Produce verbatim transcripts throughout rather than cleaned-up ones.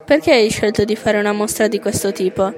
Perché hai scelto di fare una mostra di questo tipo?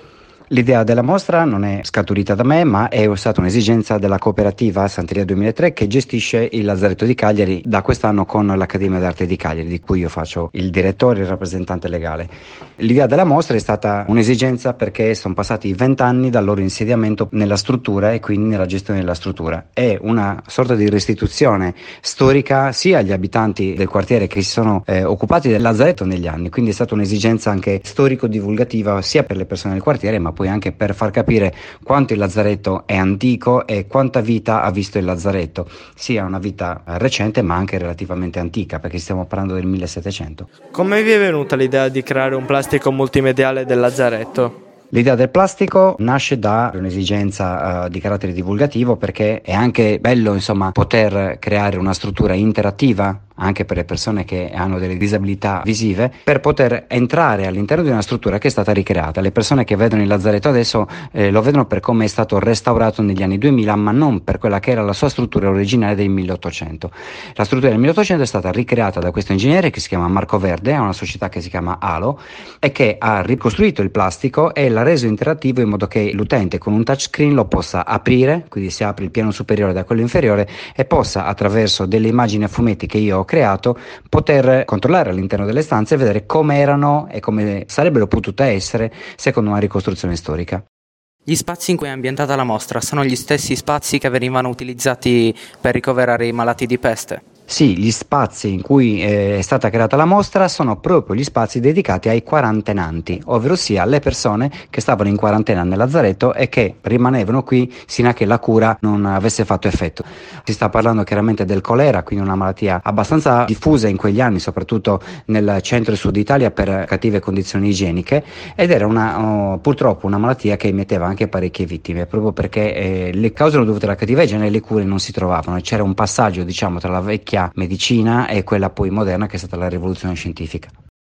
L'idea della mostra non è scaturita da me, ma è stata un'esigenza della cooperativa Santeria duemilatré che gestisce il Lazzaretto di Cagliari da quest'anno con l'Accademia d'Arte di Cagliari, di cui io faccio il direttore e il rappresentante legale. L'idea della mostra è stata un'esigenza perché sono passati vent'anni dal loro insediamento nella struttura e quindi nella gestione della struttura. È una sorta di restituzione storica sia agli abitanti del quartiere che si sono eh, occupati del Lazzaretto negli anni, quindi è stata un'esigenza anche storico-divulgativa sia per le persone del quartiere, ma poi anche per far capire quanto il Lazzaretto è antico e quanta vita ha visto il Lazzaretto, sia una vita recente ma anche relativamente antica, perché stiamo parlando del millesettecento. Come vi è venuta l'idea di creare un plastico multimediale del Lazzaretto? L'idea del plastico nasce da un'esigenza uh, di carattere divulgativo, perché è anche bello, insomma, poter creare una struttura interattiva anche per le persone che hanno delle disabilità visive, per poter entrare all'interno di una struttura che è stata ricreata. Le persone che vedono il Lazzaretto adesso eh, lo vedono per come è stato restaurato negli anni duemila, ma non per quella che era la sua struttura originale del milleottocento. La struttura del milleottocento è stata ricreata da questo ingegnere che si chiama Marco Verde, ha una società che si chiama Alo e che ha ricostruito il plastico e l'ha reso interattivo in modo che l'utente con un touchscreen lo possa aprire, quindi si apre il piano superiore da quello inferiore e possa, attraverso delle immagini a fumetti che io ho creato, poter controllare all'interno delle stanze e vedere come erano e come sarebbero potute essere secondo una ricostruzione storica. Gli spazi in cui è ambientata la mostra sono gli stessi spazi che venivano utilizzati per ricoverare i malati di peste? Sì, gli spazi in cui eh, è stata creata la mostra sono proprio gli spazi dedicati ai quarantenanti, ovvero sia alle persone che stavano in quarantena nel Lazzaretto e che rimanevano qui sino a che la cura non avesse fatto effetto. Si sta parlando chiaramente del colera, quindi una malattia abbastanza diffusa in quegli anni, soprattutto nel centro e sud Italia per cattive condizioni igieniche, ed era una, oh, purtroppo una malattia che metteva anche parecchie vittime, proprio perché eh, le cause erano dovute alla cattiva igiene e le cure non si trovavano, e c'era un passaggio, diciamo, tra la vecchia medicina e quella poi moderna che è stata la rivoluzione scientifica.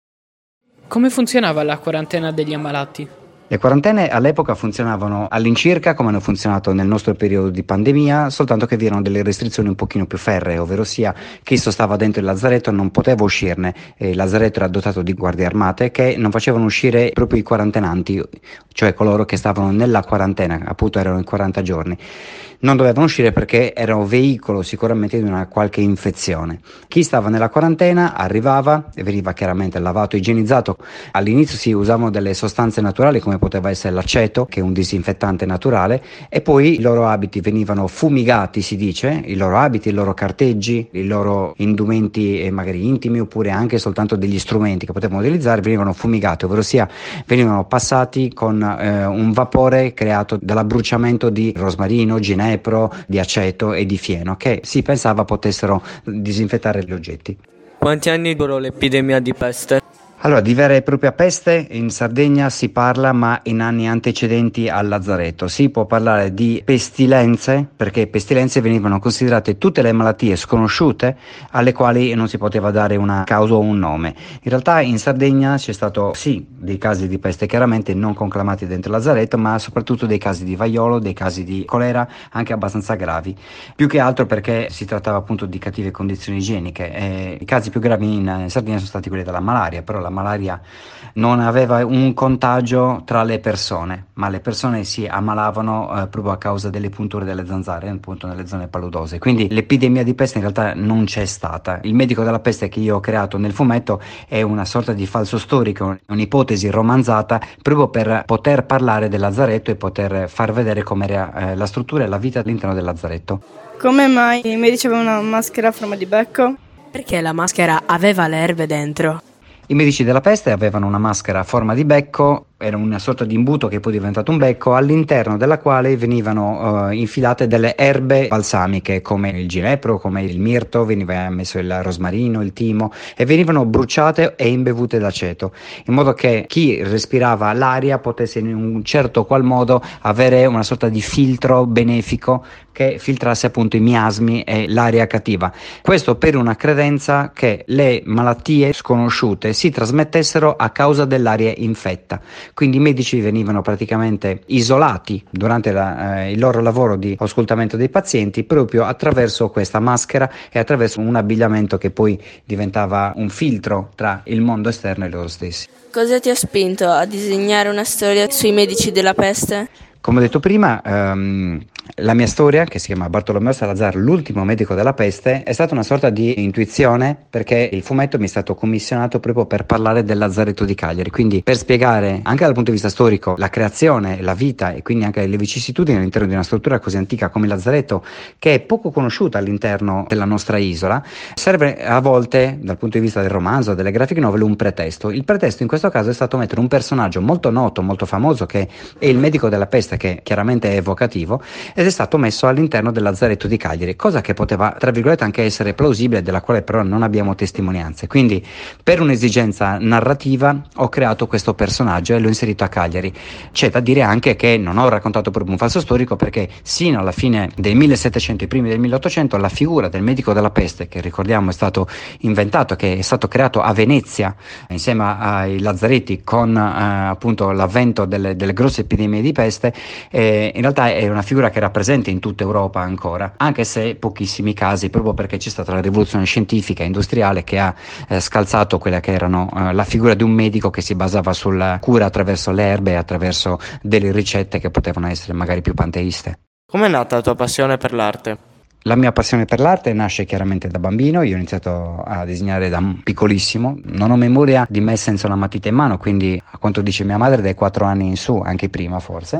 Come funzionava la quarantena degli ammalati? Le quarantene all'epoca funzionavano all'incirca come hanno funzionato nel nostro periodo di pandemia, soltanto che vi erano delle restrizioni un pochino più ferree, ovvero sia chi stava dentro il Lazzaretto non poteva uscirne. Il Lazzaretto era dotato di guardie armate che non facevano uscire proprio i quarantenanti, cioè coloro che stavano nella quarantena, appunto erano i quaranta giorni. Non dovevano uscire perché erano veicolo sicuramente di una qualche infezione. Chi stava nella quarantena arrivava e veniva chiaramente lavato, igienizzato. All'inizio si usavano delle sostanze naturali come poteva essere l'aceto, che è un disinfettante naturale, e poi i loro abiti venivano fumigati, si dice, i loro abiti, i loro carteggi, i loro indumenti eh, magari intimi oppure anche soltanto degli strumenti che potevano utilizzare venivano fumigati, ovvero sia venivano passati con eh, un vapore creato dall'abbruciamento di rosmarino, ginepro, di aceto e di fieno, che si pensava potessero disinfettare gli oggetti. Quanti anni durò l'epidemia di peste? Allora, di vera e propria peste in Sardegna si parla, ma in anni antecedenti al Lazzaretto. Si può parlare di pestilenze, perché pestilenze venivano considerate tutte le malattie sconosciute alle quali non si poteva dare una causa o un nome. In realtà in Sardegna c'è stato sì dei casi di peste chiaramente non conclamati dentro il Lazzaretto, ma soprattutto dei casi di vaiolo, dei casi di colera anche abbastanza gravi, più che altro perché si trattava appunto di cattive condizioni igieniche. E i casi più gravi in Sardegna sono stati quelli della malaria, però la malaria non aveva un contagio tra le persone, ma le persone si ammalavano eh, proprio a causa delle punture delle zanzare, appunto nelle zone paludose. Quindi l'epidemia di peste in realtà non c'è stata. Il medico della peste che io ho creato nel fumetto è una sorta di falso storico, un'ipotesi romanzata proprio per poter parlare del Lazzaretto e poter far vedere com'era eh, la struttura e la vita all'interno del Lazzaretto. Come mai i medici avevano una maschera a forma di becco? Perché la maschera aveva le erbe dentro. I medici della peste avevano una maschera a forma di becco, era una sorta di imbuto che poi è diventato un becco, all'interno della quale venivano uh, infilate delle erbe balsamiche come il ginepro, come il mirto, veniva messo il rosmarino, il timo, e venivano bruciate e imbevute d'aceto, in modo che chi respirava l'aria potesse in un certo qual modo avere una sorta di filtro benefico che filtrasse appunto i miasmi e l'aria cattiva. Questo per una credenza che le malattie sconosciute si trasmettessero a causa dell'aria infetta. quindi i medici venivano praticamente isolati durante la, eh, il loro lavoro di auscultamento dei pazienti proprio attraverso questa maschera e attraverso un abbigliamento che poi diventava un filtro tra il mondo esterno e loro stessi. Cosa ti ha spinto a disegnare una storia sui medici della peste? Come ho detto prima, ehm, la mia storia, che si chiama Bartolomeo Salazar, l'ultimo medico della peste, è stata una sorta di intuizione, perché il fumetto mi è stato commissionato proprio per parlare del lazzaretto di Cagliari, quindi per spiegare anche dal punto di vista storico la creazione, la vita e quindi anche le vicissitudini all'interno di una struttura così antica come il lazzaretto, che è poco conosciuta all'interno della nostra isola. Serve a volte, dal punto di vista del romanzo, delle graphic novel, un pretesto. Il pretesto in questo caso è stato mettere un personaggio molto noto, molto famoso, che è il medico della peste, che chiaramente è evocativo, ed è stato messo all'interno del lazzaretto di Cagliari, cosa che poteva tra virgolette anche essere plausibile, della quale però non abbiamo testimonianze. Quindi per un'esigenza narrativa ho creato questo personaggio e l'ho inserito a Cagliari. C'è da dire anche che non ho raccontato proprio un falso storico, perché sino alla fine del millesettecento e primi del milleottocento la figura del medico della peste, che ricordiamo è stato inventato, che è stato creato a Venezia insieme ai lazzaretti con eh, appunto l'avvento delle, delle grosse epidemie di peste, eh, in realtà è una figura che era presente in tutta Europa ancora, anche se pochissimi casi, proprio perché c'è stata la rivoluzione scientifica e industriale che ha eh, scalzato quella che erano eh, la figura di un medico che si basava sulla cura attraverso le erbe e attraverso delle ricette che potevano essere magari più panteiste. Com'è nata la tua passione per l'arte? La mia passione per l'arte nasce chiaramente da bambino. Io ho iniziato a disegnare da piccolissimo, non ho memoria di me senza una matita in mano, quindi a quanto dice mia madre dai quattro anni in su, anche prima forse.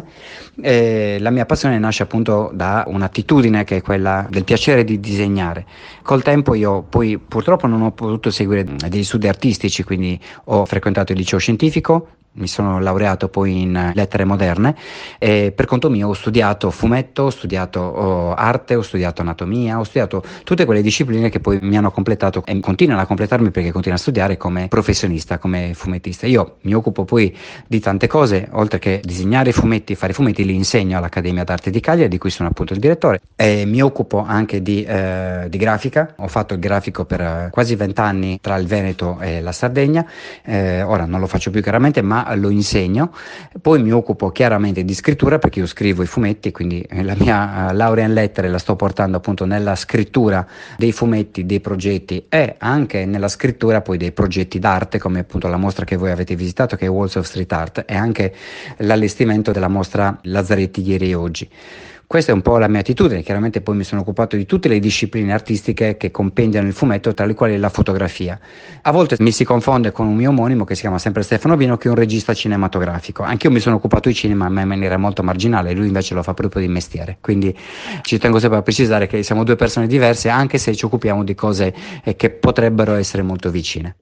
E la mia passione nasce appunto da un'attitudine che è quella del piacere di disegnare. Col tempo io poi purtroppo non ho potuto seguire degli studi artistici, quindi ho frequentato il liceo scientifico, mi sono laureato poi in lettere moderne e per conto mio ho studiato fumetto, ho studiato oh, arte, ho studiato anatomia, ho studiato tutte quelle discipline che poi mi hanno completato e continuano a completarmi, perché continuo a studiare come professionista, come fumettista. Io mi occupo poi di tante cose, oltre che disegnare fumetti, fare fumetti, li insegno all'Accademia d'Arte di Cagliari, di cui sono appunto il direttore, e mi occupo anche di, eh, di grafica. Ho fatto il grafico per eh, quasi vent'anni tra il Veneto e la Sardegna, eh, ora non lo faccio più chiaramente, ma lo insegno. Poi mi occupo chiaramente di scrittura, perché io scrivo i fumetti, quindi la mia uh, laurea in lettere la sto portando appunto nella scrittura dei fumetti, dei progetti e anche nella scrittura poi dei progetti d'arte, come appunto la mostra che voi avete visitato, che è Walls of Street Art, e anche l'allestimento della mostra Lazzaretti ieri e oggi. Questa è un po' la mia attitudine. Chiaramente poi mi sono occupato di tutte le discipline artistiche che compendiano il fumetto, tra le quali la fotografia. A volte mi si confonde con un mio omonimo che si chiama sempre Stefano Bino, che è un regista cinematografico. Anch'io mi sono occupato di cinema, ma in maniera molto marginale, lui invece lo fa proprio di mestiere. Quindi ci tengo sempre a precisare che siamo due persone diverse, anche se ci occupiamo di cose eh, che potrebbero essere molto vicine.